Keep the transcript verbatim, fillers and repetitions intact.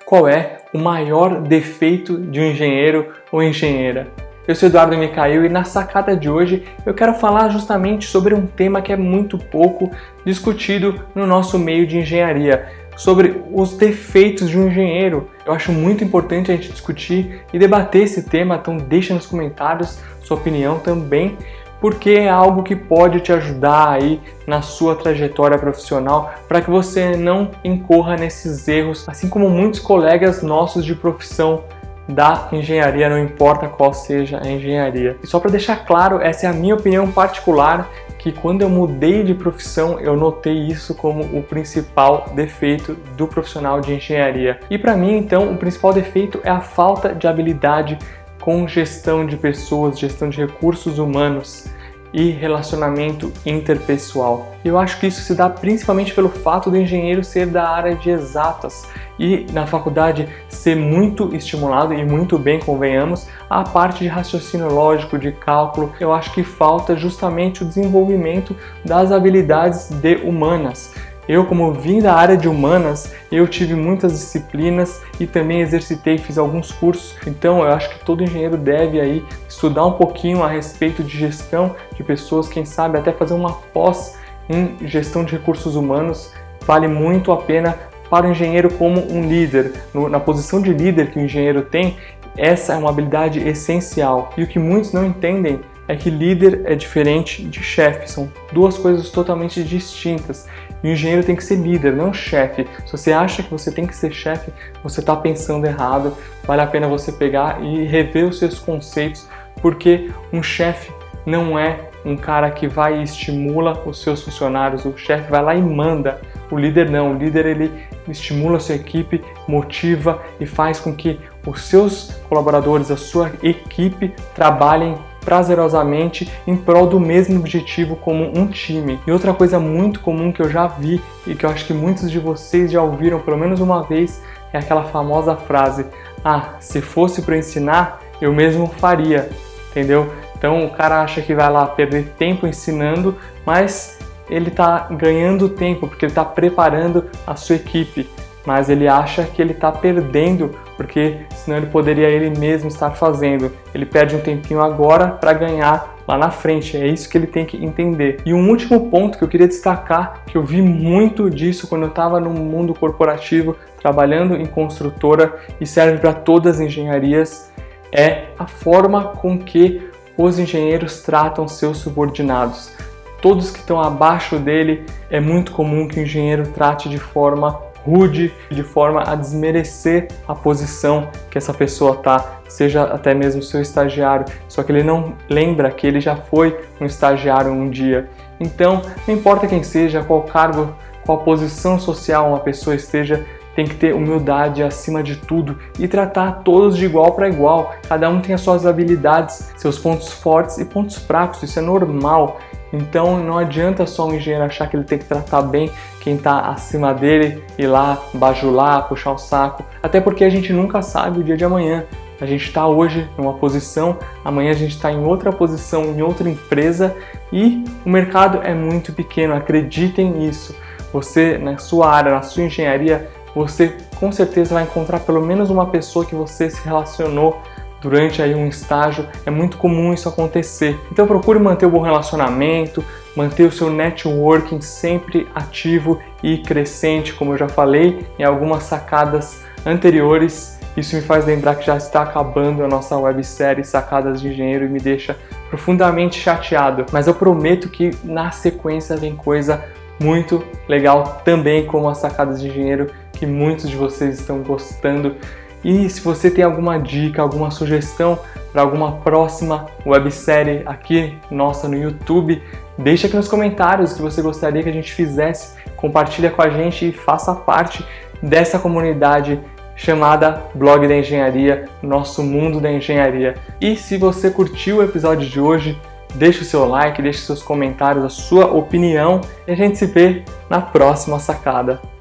Qual é o maior defeito de um engenheiro ou engenheira? Eu sou Eduardo Micael e na sacada de hoje eu quero falar justamente sobre um tema que é muito pouco discutido no nosso meio de engenharia, sobre os defeitos de um engenheiro. Eu acho muito importante a gente discutir e debater esse tema, então deixa nos comentários sua opinião também, porque é algo que pode te ajudar aí na sua trajetória profissional para que você não incorra nesses erros, assim como muitos colegas nossos de profissão da engenharia, não importa qual seja a engenharia. E só para deixar claro, essa é a minha opinião particular, que quando eu mudei de profissão, eu notei isso como o principal defeito do profissional de engenharia. E para mim, então, o principal defeito é a falta de habilidade com gestão de pessoas, gestão de recursos humanos e relacionamento interpessoal. Eu acho que isso se dá principalmente pelo fato do engenheiro ser da área de exatas e na faculdade ser muito estimulado e muito bem, convenhamos, a parte de raciocínio lógico, de cálculo. Eu acho que falta justamente o desenvolvimento das habilidades de humanas. Eu, como vim da área de humanas, eu tive muitas disciplinas e também exercitei, fiz alguns cursos. Então, eu acho que todo engenheiro deve aí estudar um pouquinho a respeito de gestão de pessoas, quem sabe até fazer uma pós em gestão de recursos humanos. Vale muito a pena para o engenheiro como um líder. No, na posição de líder que o engenheiro tem, essa é uma habilidade essencial. E o que muitos não entendem é que líder é diferente de chefe, são duas coisas totalmente distintas. E o engenheiro tem que ser líder, não chefe. Se você acha que você tem que ser chefe, você está pensando errado. Vale a pena você pegar e rever os seus conceitos, porque um chefe não é um cara que vai e estimula os seus funcionários, o chefe vai lá e manda. O líder não, o líder ele estimula a sua equipe, motiva e faz com que os seus colaboradores, a sua equipe trabalhem prazerosamente em prol do mesmo objetivo como um time. E outra coisa muito comum que eu já vi e que eu acho que muitos de vocês já ouviram pelo menos uma vez é aquela famosa frase: ah, se fosse para ensinar, eu mesmo faria, entendeu? Então o cara acha que vai lá perder tempo ensinando, mas ele está ganhando tempo porque ele está preparando a sua equipe, mas ele acha que ele está perdendo porque senão ele poderia ele mesmo estar fazendo. Ele perde um tempinho agora para ganhar lá na frente, é isso que ele tem que entender. E um último ponto que eu queria destacar, que eu vi muito disso quando eu estava no mundo corporativo, trabalhando em construtora e serve para todas as engenharias, é a forma com que os engenheiros tratam seus subordinados. Todos que estão abaixo dele, é muito comum que o engenheiro trate de forma rude, de forma a desmerecer a posição que essa pessoa está, seja até mesmo seu estagiário, só que ele não lembra que ele já foi um estagiário um dia. Então, não importa quem seja, qual cargo, qual posição social uma pessoa esteja, tem que ter humildade acima de tudo e tratar todos de igual para igual. Cada um tem as suas habilidades, seus pontos fortes e pontos fracos, isso é normal. Então não adianta só um engenheiro achar que ele tem que tratar bem quem está acima dele, ir lá bajular, puxar o saco, até porque a gente nunca sabe o dia de amanhã. A gente está hoje numa posição, amanhã a gente está em outra posição, em outra empresa e o mercado é muito pequeno, acreditem nisso. Você, na sua área, na sua engenharia, você com certeza vai encontrar pelo menos uma pessoa que você se relacionou durante aí um estágio. É muito comum isso acontecer. Então procure manter um bom relacionamento, manter o seu networking sempre ativo e crescente, como eu já falei em algumas sacadas anteriores. Isso me faz lembrar que já está acabando a nossa websérie Sacadas de Engenheiro e me deixa profundamente chateado. Mas eu prometo que na sequência vem coisa muito legal também, como as Sacadas de Engenheiro, que muitos de vocês estão gostando. E se você tem alguma dica, alguma sugestão para alguma próxima websérie aqui nossa no YouTube, deixa aqui nos comentários o que você gostaria que a gente fizesse, compartilha com a gente e faça parte dessa comunidade chamada Blog da Engenharia, nosso mundo da engenharia. E se você curtiu o episódio de hoje, deixa o seu like, deixa seus comentários, a sua opinião e a gente se vê na próxima sacada.